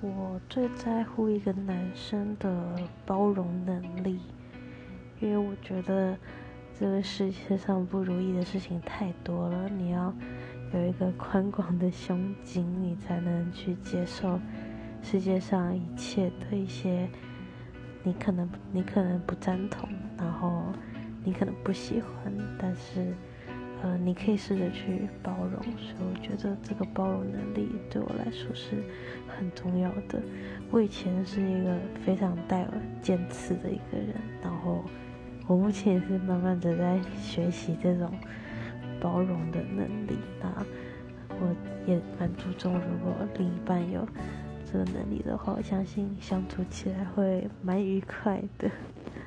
我最在乎一个男生的包容能力，因为我觉得这个世界上不如意的事情太多了，你要有一个宽广的胸襟，你才能去接受世界上一切的一些你可能不赞同，然后你可能不喜欢，但是你可以试着去包容，所以我觉得这个包容能力对我来说是很重要的。我以前是一个非常带有尖刺的一个人，然后我目前也是慢慢的在学习这种包容的能力。那我也蛮注重，如果另一半有这个能力的话，我相信相处起来会蛮愉快的。